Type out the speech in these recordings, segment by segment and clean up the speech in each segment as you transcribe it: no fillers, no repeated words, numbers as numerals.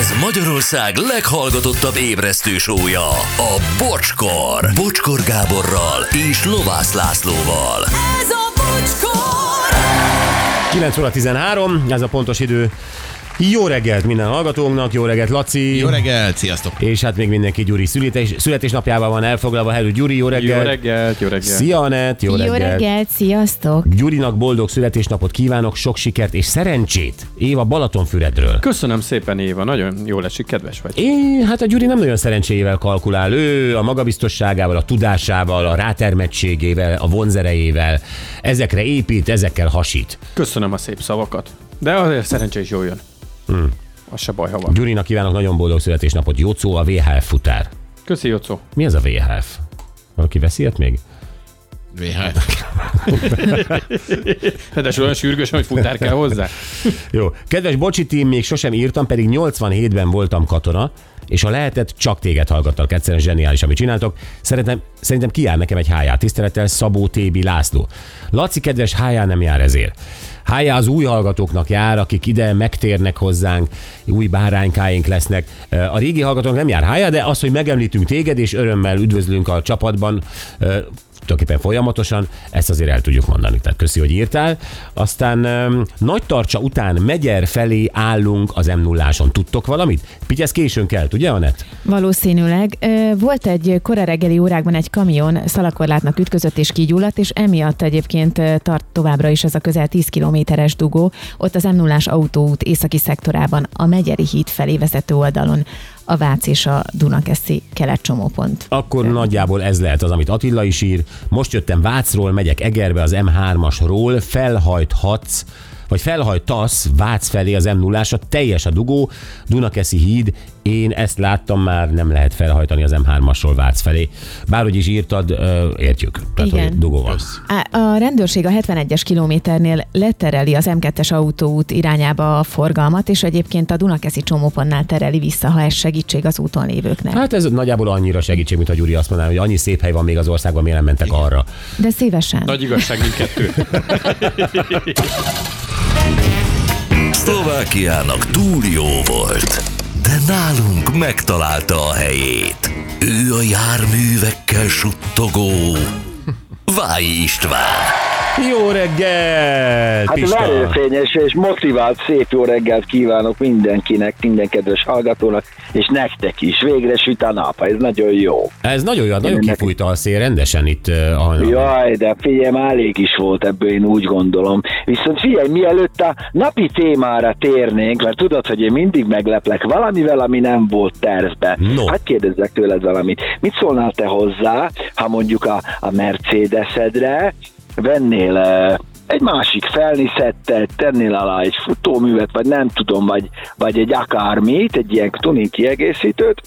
Ez Magyarország leghallgatottabb ébresztő show-ja, a Bocskor. Bocskor Gáborral és Lovász Lászlóval. Ez a Bocskor! 9 óra 13, ez a pontos idő. Jó reggelt minden hallgatónknak, jó reggelt Laci. Jó reggelt, sziasztok. És hát még mindenki Gyuri születésnapjával van elfoglalva. Hello Gyuri, jó reggelt. Jó reggelt, jó reggelt. Szia Anett, jó reggelt. Jó reggelt, sziasztok. Gyurinak boldog születésnapot kívánok, sok sikert és szerencsét. Éva Balatonfüredről. Köszönöm szépen, Éva, nagyon jól esik, kedves vagy. Hát a Gyuri nem nagyon szerencséjével kalkulál. Ő a magabiztosságával, a tudásával, a rátermettségével, a vonzerejével. Ezekre épít, ezekkel hasít. Köszönöm a szép szavakat, de azért szerencse is jól jön. Az se baj, ha van. Gyurinak kívánok nagyon boldog születésnapot. Jocó, a VHF futár. Köszi, Jocó. Mi ez a VHF? Valaki veszi ilyet még? VHF. De olyan sürgős, hogy futár kell hozzá. Jó. Kedves Bocsi tím, még sosem írtam, pedig 87-ben voltam katona, és ha lehetett, csak téged hallgattalak. Egyszerűen zseniális, amit csináltok. Szerintem kijár nekem egy hájá. Tisztelettel Szabó Tébi László. Laci, kedves, hájá nem jár ezért. Hájá az új hallgatóknak jár, akik ide megtérnek hozzánk, új báránykáink lesznek. A régi hallgatóknak nem jár hájá, de az, hogy megemlítünk téged, és örömmel üdvözlünk a csapatban, tulajdonképpen folyamatosan, ezt azért el tudjuk mondani. Tehát köszi, hogy írtál. Aztán Nagytarcsa után Megyer felé állunk az M0-áson. Tudtok valamit? Pityesz későn kell, ugye, Anett? Valószínűleg. Volt egy kora reggeli órákban egy kamion szalakorlátnak ütközött és kigyulladt, és emiatt egyébként tart továbbra is ez a közel 10 kilométeres dugó, ott az M0-ás autóút északi szektorában, a Megyeri híd felé vezető oldalon, a Vác és a Dunakeszi keletcsomópont. Akkor nagyjából ez lehet az, amit Attila is ír. Most jöttem Vácról, megyek Egerbe az M3-asról, felhajtasz Vác felé az M0-ásra, teljes a dugó, Dunakeszi híd, én ezt láttam már, nem lehet felhajtani az M3-asról Vác felé. Bárhogy is írtad, értjük. Tehát, igen. Hogy dugó van. A rendőrség a 71-es kilométernél letereli az M2-es autóút irányába a forgalmat, és egyébként a Dunakeszi csomópontnál tereli vissza, ha ez segítség az úton lévőknek. Hát ez nagyjából annyira segítség, mint a Gyuri azt mondaná, hogy annyi szép hely van még az országban, miért nem mentek arra. De szívesen. Nagy igazság mindkettő. Szlovákiának túl jó volt, de nálunk megtalálta a helyét. Ő a járművekkel suttogó Vályi István. Jó reggelt, Hát Pista! verőfényes és motivált szép jó reggelt kívánok mindenkinek, minden kedves hallgatónak, és nektek is. Végre süt a nap, ez nagyon jó. Ez nagyon jó, nagyon kifújta a szél rendesen itt a hajnalban. Jaj, de figyelj, már elég is volt ebből, én úgy gondolom. Viszont figyelj, mielőtt a napi témára térnénk, mert tudod, hogy én mindig megleplek valamivel, ami nem volt tervben. No. Hát kérdezzek tőled valamit. Mit szólnál te hozzá, ha mondjuk a Mercedesedre vennél egy másik felniszettet, tennél alá egy futóművet, vagy nem tudom, vagy egy akármit, egy ilyen tuning kiegészítőt.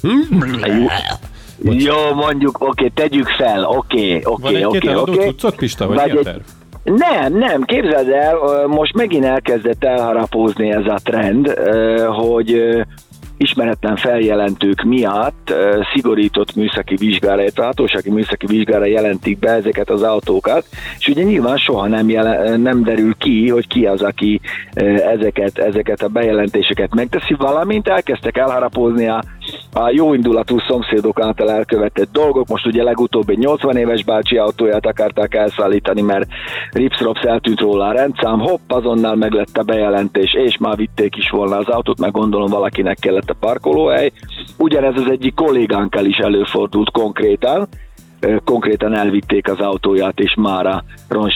Jó, mondjuk, oké, tegyük fel, oké. Van egy-két eladó cuccot, Pista, vagy mi a terv? Nem, képzeld el, most megint elkezdett elharapózni ez a trend, hogy ismeretlen feljelentők miatt szigorított műszaki vizsgára, illetve hatósági műszaki vizsgára jelentik be ezeket az autókat, és ugye nyilván soha nem derül ki, hogy ki az, aki ezeket a bejelentéseket megteszi, valamint elkezdtek elharapózni a jóindulatú szomszédok által elkövetett dolgok. Most ugye legutóbb egy 80 éves bácsi autóját akarták elszállítani, mert ripsrops eltűnt róla a rendszám, hopp, azonnal meglett a bejelentés, és már vitték is volna az autót, meg gondolom valakinek kellett a parkolóhely. Ugyanez az egyik kollégánkkal is előfordult konkrétan elvitték az autóját, és már a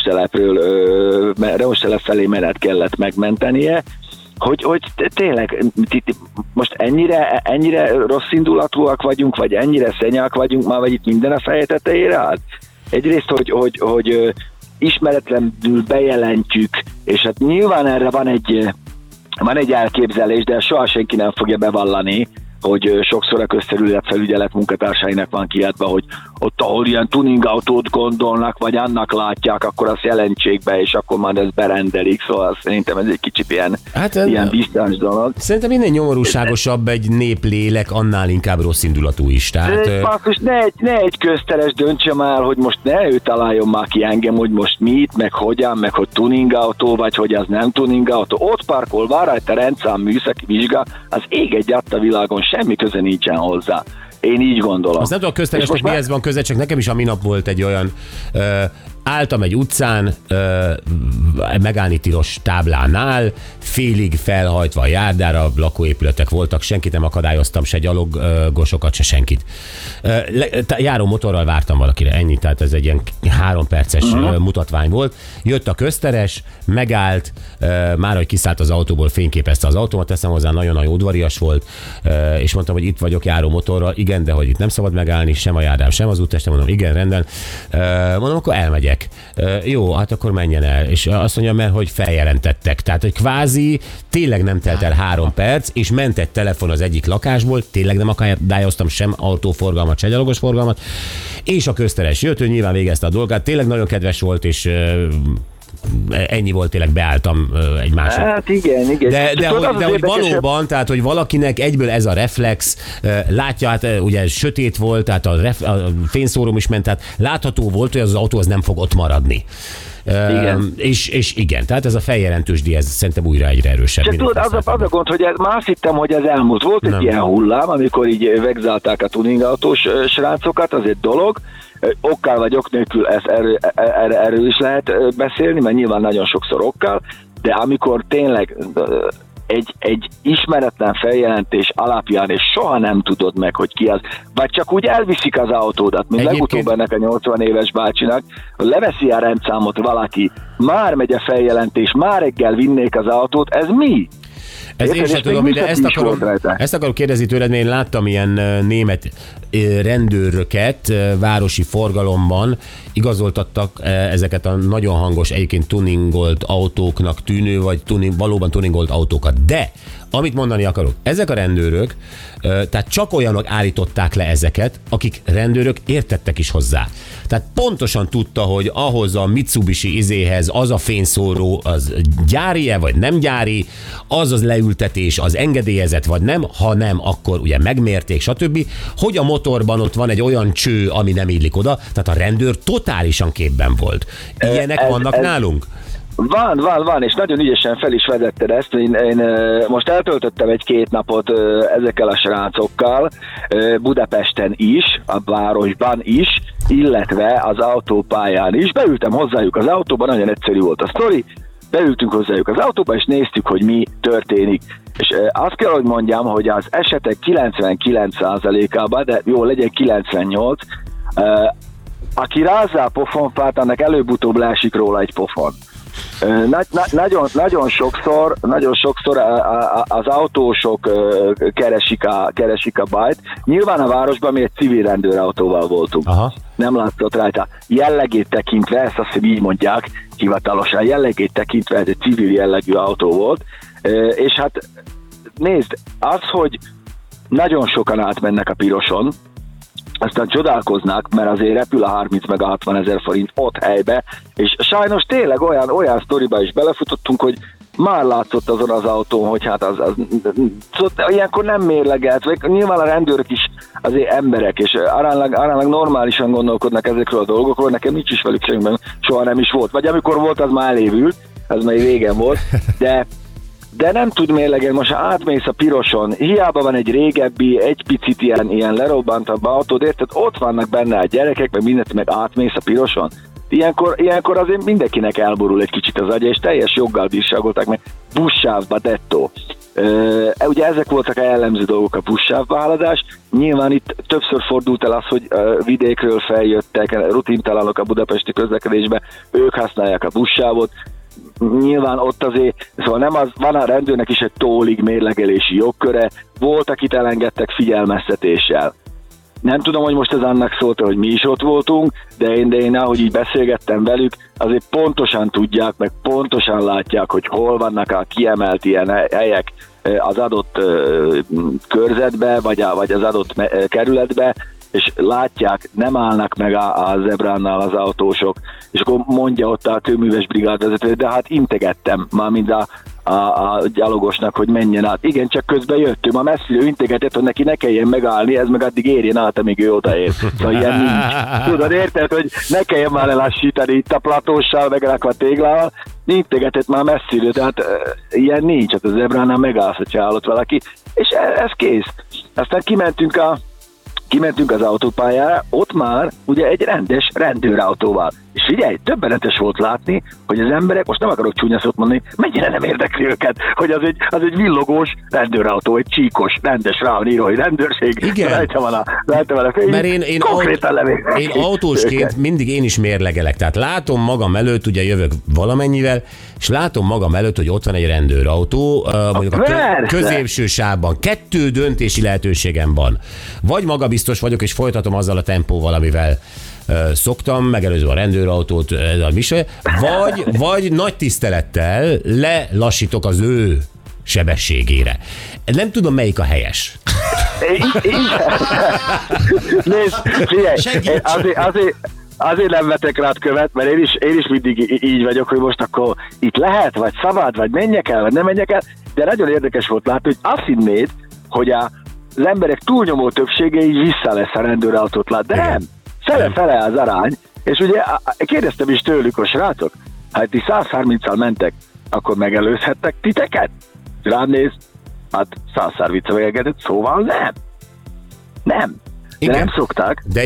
roncstelep felé menet kellett megmentenie. Hogy tényleg most ennyire rossz indulatúak vagyunk, vagy ennyire szenyák vagyunk már, vagy itt minden a feje tetejére állt? Egyrészt, hogy ismeretlenül bejelentjük, és hát nyilván erre van egy elképzelés, de soha senki nem fogja bevallani, hogy sokszor a közterület felügyelet munkatársainak van kiadva, hogy ott, ahol ilyen tuning autót gondolnak, vagy annak látják, akkor azt jelentsék be, és akkor már ezt berendelik, szóval szerintem ez egy kicsit ilyen biztás dolog. Szerintem minél nyomorúságosabb egy néplélek, annál inkább rossz indulatú is. Tehát, basszus, ne egy közteres döntsem el, hogy most ne ő találjon már ki engem, hogy most mit, meg hogyan, meg hogy tuning autó, vagy hogy az nem tuning autó. Ott parkol, vár rajta rendszám műszaki vizsga, az ég egy a világon, semmi köze nincsen hozzá. Én így gondolom. Azt nem tudom, a közteresnek mihez van köze, csak nekem is a minap volt egy olyan, álltam egy utcán, megállni tilos táblánál, félig felhajtva a járdára, lakóépületek voltak, senkit nem akadályoztam, se gyalogosokat, se senkit. Járó motorral vártam valakire, ennyi, tehát ez egy ilyen 3 perces mutatvány volt. Jött a közteres, megállt, már hogy kiszállt az autóból, fényképezte az autómat, teszem hozzá, nagyon-nagyon udvarias volt, és mondtam, hogy itt vagyok járó motorral, igen, de hogy itt nem szabad megállni, sem a járdám, sem az úttesten, mondom, igen, rendben. Mondom, akkor elmegyek. Jó, hát akkor menjen el. És azt mondja, mert hogy feljelentettek. Tehát, hogy kvázi tényleg nem telt el 3 perc, és ment egy telefon az egyik lakásból, tényleg nem akadályoztam sem autóforgalmat, se gyalogos forgalmat, és a közteres jött, ő nyilván végezte a dolgát, tényleg nagyon kedves volt, és ennyi volt, tényleg beálltam egy másik. Hát igen. De hogy valóban, tehát hogy valakinek egyből ez a reflex, látja, hát ugye sötét volt, tehát a fényszóróm is ment, tehát látható volt, hogy az autó az nem fog ott maradni. Igen. És igen, tehát ez a feljelentős díj, ez szerintem újra egyre erősebb. Csak tudod, az a gond, hogy már azt hittem, hogy ez elmúlt. Volt egy ilyen hullám, amikor így vegzálták a tuningautós srácokat, az egy dolog. Okkal vagy ok nélkül erről is lehet beszélni, mert nyilván nagyon sokszor okkal, de amikor tényleg egy ismeretlen feljelentés alapján, és soha nem tudod meg, hogy ki az, vagy csak úgy elviszik az autódat, mint legutóbb ennek a 80 éves bácsinak, leveszi a rendszámot valaki, már megy a feljelentés, már reggel vinnék az autót, ez mi? Ez én sem tudom, de ezt akarom kérdezni tőled, mert én láttam ilyen német rendőröket városi forgalomban, igazoltattak ezeket a nagyon hangos, egyébként tuningolt autóknak tűnő, vagy valóban tuningolt autókat. De, amit mondani akarok, ezek a rendőrök, tehát csak olyanok állították le ezeket, akik rendőrök értettek is hozzá. Tehát pontosan tudta, hogy ahhoz a Mitsubishi izéhez az a fényszóró, az gyári-e, vagy nem gyári, az leültetés, az engedélyezett, vagy nem, ha nem, akkor ugye megmérték, stb. Hogy a motorban ott van egy olyan cső, ami nem illik oda, tehát a rendőr totálisan képben volt. Ilyenek vannak nálunk? Van, és nagyon ügyesen fel is vezetted ezt. Én most eltöltöttem 1-2 napot ezekkel a srácokkal, Budapesten is, a városban is, illetve az autópályán is. Beültem hozzájuk az autóban, nagyon egyszerű volt a sztori, beültünk hozzájuk az autóba, és néztük, hogy mi történik. És azt kell, hogy mondjam, hogy az esetek 99%-ában, de jó, legyen 98, aki rázza a pofonfát, annak előbb-utóbb leesik róla egy pofon. Nagyon sokszor az autósok keresik a bajt. Nyilván a városban mi egy civil rendőrautóval voltunk. Aha. Nem látszott rajta. Jellegét tekintve, ezt azt így mondják hivatalosan, jellegét tekintve ez egy civil jellegű autó volt. És hát nézd, az, hogy nagyon sokan átmennek a piroson, aztán csodálkoznak, mert azért repül a 30 meg a 60 ezer forint ott helybe, és sajnos tényleg olyan sztoriba is belefutottunk, hogy már látszott azon az autón, hogy hát az ilyenkor nem mérlegelt, vagy nyilván a rendőrök is azért emberek, és aránylag normálisan gondolkodnak ezekről a dolgokról, nekem nincs is velük semmiben, soha nem is volt, vagy amikor volt, az már elévült, az már régen volt, de nem tud mérlegelni, most ha átmész a piroson, hiába van egy régebbi, egy picit ilyen lerobbantabb autód, érted? Ott vannak benne a gyerekek, meg mindent, meg átmész a piroson. Ilyenkor azért mindenkinek elborul egy kicsit az agya, és teljes joggal bírságolták meg buszsávba dettó. Ugye ezek voltak a jellemző dolgok, a buszsávba haladás. Nyilván itt többször fordult el az, hogy vidékről feljöttek, rutintalanok a budapesti közlekedésbe, ők használják a buszsávot. Nyilván ott azért, szóval nem az, van a rendőrnek is egy tólig mérlegelési jogköre, volt, akit elengedtek figyelmeztetéssel. Nem tudom, hogy most ez annak szólt, hogy mi is ott voltunk, de én ahogy így beszélgettem velük, azért pontosan tudják, meg pontosan látják, hogy hol vannak a kiemelt ilyen helyek az adott körzetbe, vagy az adott kerületbe, és látják, nem állnak meg a zebránnál az autósok, és akkor mondja ott a kőműves brigádvezető, de hát integettem már mind a gyalogosnak, hogy menjen át. Igen, csak közben jöttünk, a messziről integetett, hogy neki ne kelljen megállni, ez meg addig érjen át, amíg ő odaér. Szóval ilyen nincs. Tudod, érted, hogy ne kelljen már lelassítani itt a platóssal, meg a téglával, integetett már messziről, tehát ilyen nincs, hát a zebránál megállsz, hogyha állott valaki, és ez kész. Aztán kimentünk az autópályára, ott már ugye egy rendes rendőrautóval. És figyelj, többenetes volt látni, hogy az emberek, most nem akarok csúnya szót mondani, mennyire nem érdekli őket, hogy az egy villogós rendőrautó, egy csíkos, rendes, rá van írva, hogy rendőrség. Igen. Rajta van a fény. Mert én autósként mindig én is mérlegelek. Tehát látom magam előtt, ugye jövök valamennyivel, és látom magam előtt, hogy ott van egy rendőrautó, mondjuk a középső sávban. 2 döntési lehetőségem van. Vagy magabiztos vagyok, és folytatom azzal a tempóval, amivel szoktam, megelőzve a rendőrautót, vagy nagy tisztelettel lelassítok az ő sebességére. Nem tudom, melyik a helyes. Nézd, figyelj, azért nem vetek rád követ, mert én is mindig így vagyok, hogy most akkor itt lehet, vagy szabad, vagy menjek el, vagy nem menjek el, de nagyon érdekes volt látni, hogy azt hinnéd, hogy az emberek túlnyomó többsége így vissza lesz a rendőrautót lát, de nem. Fele az arány, és ugye kérdeztem is tőlük, hogy srácok, hát ti 130-al mentek, akkor megelőzhettek titeket? Rám néz, hát 130-al megelőzhetett, szóval nem. Nem. De nem szokták. De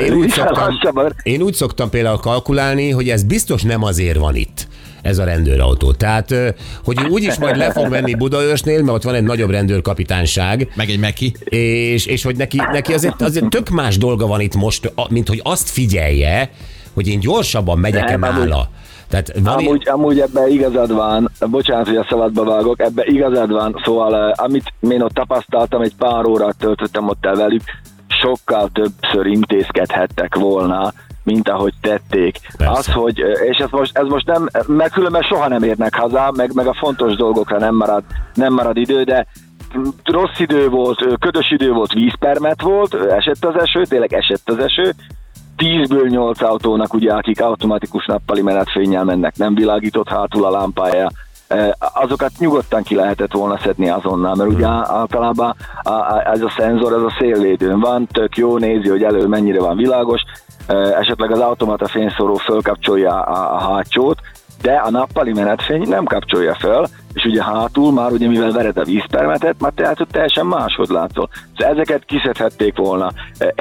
én úgy szoktam például kalkulálni, hogy ez biztos nem azért van itt, ez a rendőrautó. Tehát, hogy úgyis majd le fog venni Budaörsnél, mert ott van egy nagyobb rendőrkapitányság. Meg egy Meki. És hogy neki azért tök más dolga van itt most, mint hogy azt figyelje, hogy én gyorsabban megyek-e mála. Tehát amúgy ebben igazad van, bocsánat, hogy a szabadba vágok, ebben igazad van, szóval amit én ott tapasztaltam, egy pár órát töltöttem ott el velük, sokkal többször intézkedhettek volna, mint ahogy tették. Az, hogy, és ez most nem, mert különben soha nem érnek haza, meg a fontos dolgokra nem marad idő, de rossz idő volt, ködös idő volt, vízpermet volt, esett az eső, tényleg esett az eső, 10-ből 8 autónak, ugye, akik automatikus nappali menetfénnyel mennek, nem világított hátul a lámpája, azokat nyugodtan ki lehetett volna szedni azonnal, mert ugye általában ez a szenzor, ez a szélvédőn van, tök jó, nézi, hogy elő mennyire van világos, esetleg az automata fényszóró fölkapcsolja a hátsót, de a nappali menetfény nem kapcsolja föl, és ugye hátul már, ugye mivel vered a vízpermetet, már tehát teljesen máshogy látszol. Szóval ezeket kiszedhették volna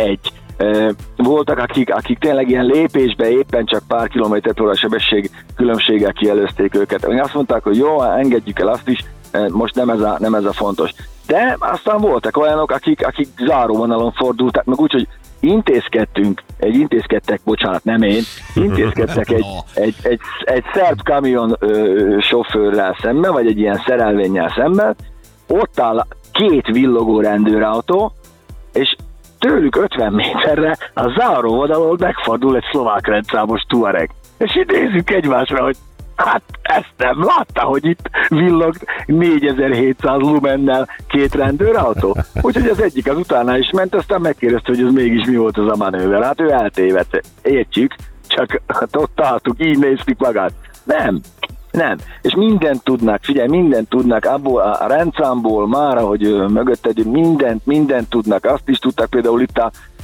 voltak, akik tényleg ilyen lépésbe éppen csak pár kilométer/óra sebesség különbséggel kielőzték őket. Azt mondták, hogy jó, engedjük el azt is, most nem ez a fontos. De aztán voltak olyanok, akik záróvonalon fordultak, meg úgy, hogy intézkedtek, bocsánat, nem én, intézkedtek egy szerb kamion sofőrrel szemben, vagy egy ilyen szerelvénnyel szemben, ott áll 2 villogó rendőrautó, és tőlük 50 méterre a záró oldalon megfordul egy szlovák rendszámos Tuareg. És így nézzük egymásra, hogy hát ezt nem látta, hogy itt villog 4700 lumennel 2 rendőrautó? Úgyhogy az egyik az utána is ment, aztán megkérdezte, hogy ez mégis mi volt az a manőver. Hát ő eltévedt, értjük, csak hát ott álltuk, így néztük magát. Nem. És mindent tudnak, abból a rendszámból már, ahogy mögötted, mindent tudnak. Azt is tudtak például itt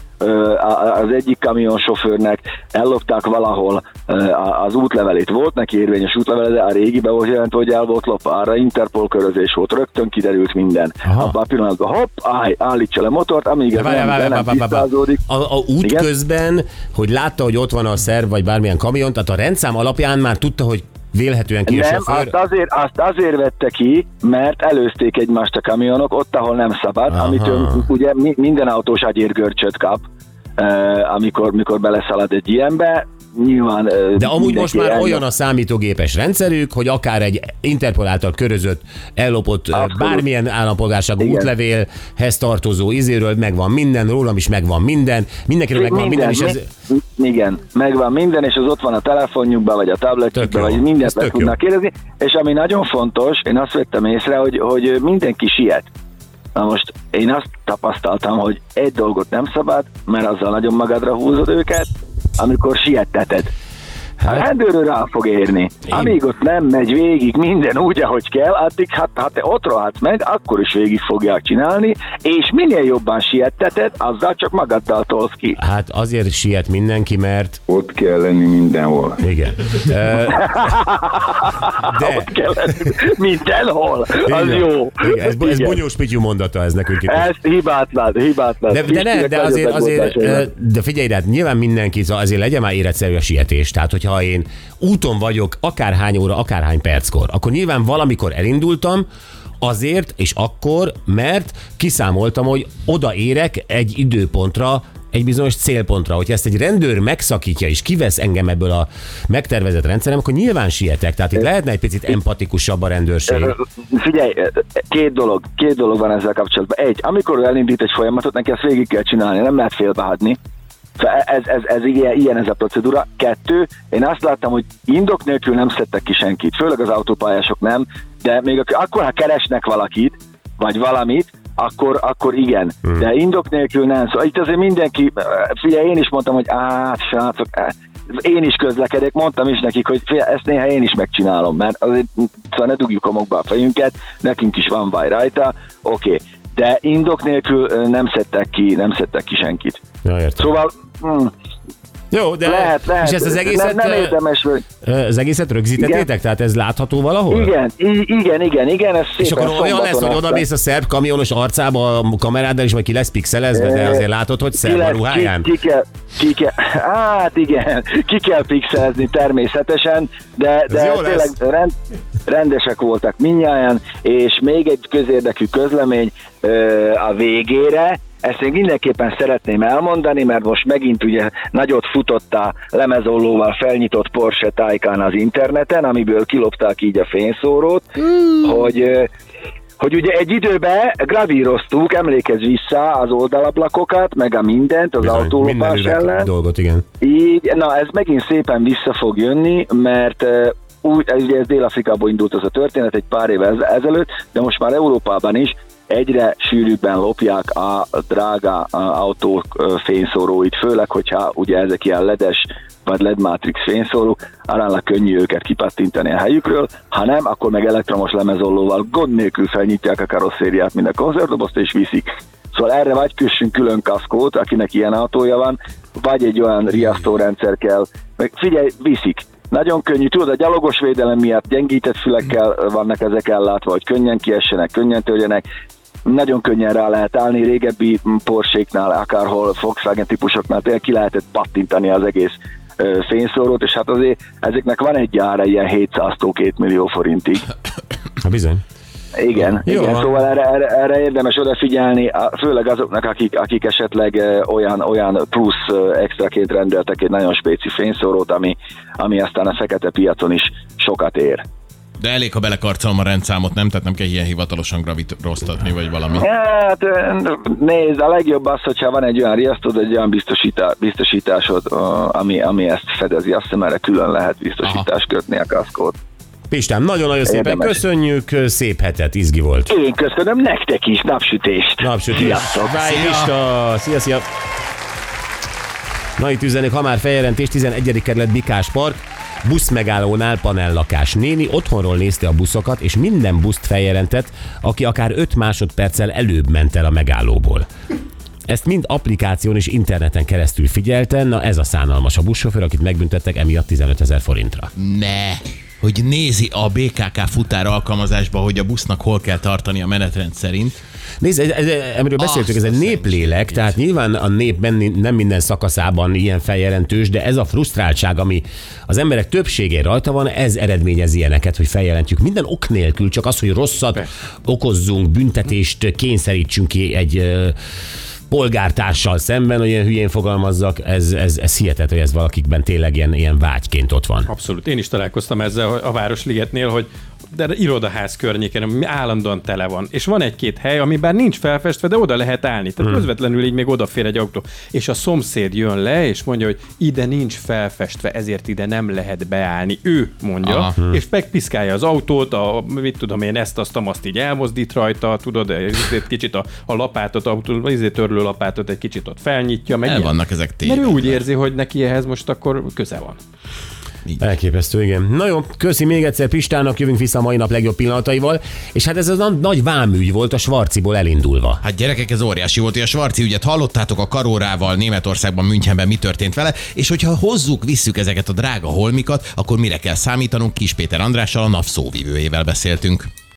az egyik kamionsofőrnek ellopták valahol az útlevelét. Volt neki érvényes útlevele, de a régiben volt jelentve, hogy el volt lopva. Arra Interpol körözés volt, rögtön kiderült minden. Abban a pillanatban hopp, állítsa le motort, amíg ez nem tisztázódik. A út közben, hogy látta, hogy ott van a szerv, vagy bármilyen kamion, tehát a rendszám alapján már tudta, hogy vélhetően ki a sofőr? Azt azért vette ki, mert előzték egymást a kamionok ott, ahol nem szabad, amitől ugye minden autós agyérgörcsöt kap, amikor beleszalad egy ilyenbe. nyilván... De amúgy most már mindenki olyan a számítógépes rendszerük, hogy akár egy Interpol által körözött, ellopott bármilyen állampolgárságú Igen. útlevélhez tartozó izéről megvan minden, rólam is megvan minden, mindenkiről megvan minden, és ez... Igen, megvan minden, és az ott van a telefonjukban, vagy a tabletjükben, Tök jó. vagy mindent Ez meg tök tudnak kérdezni, és ami nagyon fontos, én azt vettem észre, hogy mindenki siet. Na most én azt tapasztaltam, hogy egy dolgot nem szabad, mert azzal nagyon magadra húzod őket, amikor sietteted. A rendőrő rá fog érni. Amíg ott nem megy végig minden úgy, ahogy kell, addig, ha te ott rohadsz meg, akkor is végig fogják csinálni, és minél jobban sietteted, azzal csak magaddal tolsz ki. Hát azért siet mindenki, mert... Ott kell lenni mindenhol. Igen. De... Ott kell lenni. Mindenhol. Az Igen. jó. Igen. Ez Igen. Bonyós Pityu mondata ez nekünk itt. Ez hibátlan. De azért, de figyelj, de hát nyilván mindenki, azért legyen már életszerű a sietés. Tehát, hogyha én úton vagyok akárhány óra, akárhány perckor, akkor nyilván valamikor elindultam, azért és akkor, mert kiszámoltam, hogy odaérek egy időpontra, egy bizonyos célpontra. Hogyha ezt egy rendőr megszakítja és kivesz engem ebből a megtervezett rendszerem, akkor nyilván sietek. Tehát itt lehetne egy picit empatikusabb a rendőrség. Figyelj, két dolog van ezzel kapcsolatban. Egy, amikor elindít egy folyamatot, neki ezt végig kell csinálni, nem lehet félbehagyni. Ez ilyen ez a procedúra. Kettő, én azt láttam, hogy indok nélkül nem szedtek ki senkit, főleg az autópályások nem, de még akkor, ha keresnek valakit, vagy valamit, akkor igen, de indok nélkül nem. Szóval itt azért mindenki, figyelj, én is mondtam, hogy srácok, én is közlekedek, mondtam is nekik, hogy figyelj, ezt néha én is megcsinálom, mert azért szóval ne dugjuk homokba a fejünket, nekünk is van baj rajta, oké. De indok nélkül nem szedtek ki senkit. Ja, értem. Szóval Jó, de lehet. és ezt az egészet, nem érdemes, hogy... Az egészet rögzítettétek? Tehát ez látható valahol? Igen, ez És szépen akkor olyan lesz, hogy szombaton odamész a szerb kamionos arcába a kameráddal, és majd ki lesz pixelezve, de azért látod, hogy szerb a ruháján? Ki kell pixelezni természetesen, de jó lesz. tényleg rendesek voltak mindnyájan, és még egy közérdekű közlemény a végére. Ezt én mindenképpen szeretném elmondani, mert most megint ugye nagyot futott a lemezollóval felnyitott Porsche Taycan az interneten, amiből kilopták így a fényszórót, hogy ugye egy időben gravíroztuk, emlékezz vissza az oldalablakokat, meg a mindent az autólopás ellen. Dolgot, igen. Így, na ez megint szépen vissza fog jönni, mert ugye ez Dél-Afrikából indult az a történet egy pár évvel ezelőtt, de most már Európában is egyre sűrűbben lopják a drága autók fényszóróit, főleg, hogyha ugye ezek ilyen ledes vagy LED matrix fényszórók, aránylag könnyű őket kipattintani a helyükről, ha nem, akkor meg elektromos lemezollóval gond nélkül felnyitják a karosszériát, mint a konzervdobozt, és viszik. Szóval erre vagy kössünk külön kaszkót, akinek ilyen autója van, vagy egy olyan riasztórendszer kell, meg figyelj, viszik. Nagyon könnyű, tudod, a gyalogos védelem miatt gyengített fülekkel vannak ezek ellátva, hogy könnyen kiessenek, könnyen törjenek, nagyon könnyen rá lehet állni, régebbi Porsche-knál, akárhol Volkswagen típusoknál tényleg ki lehetett pattintani az egész fényszórót, és hát azért ezeknek van egy ára ilyen 700-2 millió forintig. Ha bizony. Igen, szóval erre érdemes odafigyelni, főleg azoknak, akik esetleg olyan plusz extraként rendeltek egy nagyon spéci fényszórót, ami aztán a fekete piacon is sokat ér. De elég, ha belekarcolom a rendszámot, nem? Tehát nem kell ilyen hivatalosan gravíroztatni, vagy valami. Hát nézd, a legjobb az, hogyha van egy olyan riasztód, egy olyan biztosításod, ami ezt fedezi. Azt hiszem, erre külön lehet biztosítást kötni a kaszkót. Pistán, nagyon-nagyon szépen köszönjük, szép hetet, izgi volt. Én köszönöm nektek is, napsütést. Sziasztok. Bye, Pista. Szia. Na itt üzenik, ha már feljelentés, 11. kerület Bikás Park, buszmegállónál panellakás. Néni otthonról nézte a buszokat, és minden buszt feljelentett, aki akár 5 másodperccel előbb ment el a megállóból. Ezt mind applikáción és interneten keresztül figyelte, na ez a szánalmas a buszsofőr, akit megbüntettek emiatt 15 000 forintra. Ne! Hogy nézi a BKK futár alkalmazásba, hogy a busznak hol kell tartani a menetrend szerint. Nézd, amiről beszéltük, ez egy néplélek, tehát nyilván a nép nem minden szakaszában ilyen feljelentős, de ez a frusztráltság, ami az emberek többségén rajta van, ez eredményez ilyeneket, hogy feljelentjük. Minden ok nélkül, csak az, hogy rosszat okozzunk, büntetést kényszerítsünk ki egy polgártársal szemben, hogy ilyen hülyén fogalmazzak, ez hihetetlen, hogy ez valakikben tényleg ilyen vágyként ott van. Abszolút. Én is találkoztam ezzel a Városligetnél, hogy de irodaház környéken, ami állandóan tele van. És van egy-két hely, ami bár nincs felfestve, de oda lehet állni. Tehát közvetlenül így még odafér egy autó. És a szomszéd jön le, és mondja, hogy ide nincs felfestve, ezért ide nem lehet beállni. Ő mondja, és megpiszkálja az autót, mit tudom én, azt így elmozdít rajta, tudod, kicsit a lapátot, törlő lapátot egy kicsit ott felnyitja. Meg vannak ezek tényleg. Mert ő úgy érzi, hogy neki ehhez most akkor köze van. Elképesztő, igen. Na jó, köszi még egyszer Pistának, jövünk vissza a mai nap legjobb pillanataival, és hát ez a nagy vámügy volt a Schwarziból elindulva. Hát gyerekek, ez óriási volt, hogy a Schwarzi ügyet hallottátok a Karórával Németországban, Münchenben mi történt vele, és hogyha visszük ezeket a drága holmikat, akkor mire kell számítanunk? Kis Péter Andrással, a NAV szóvivőjével beszéltünk.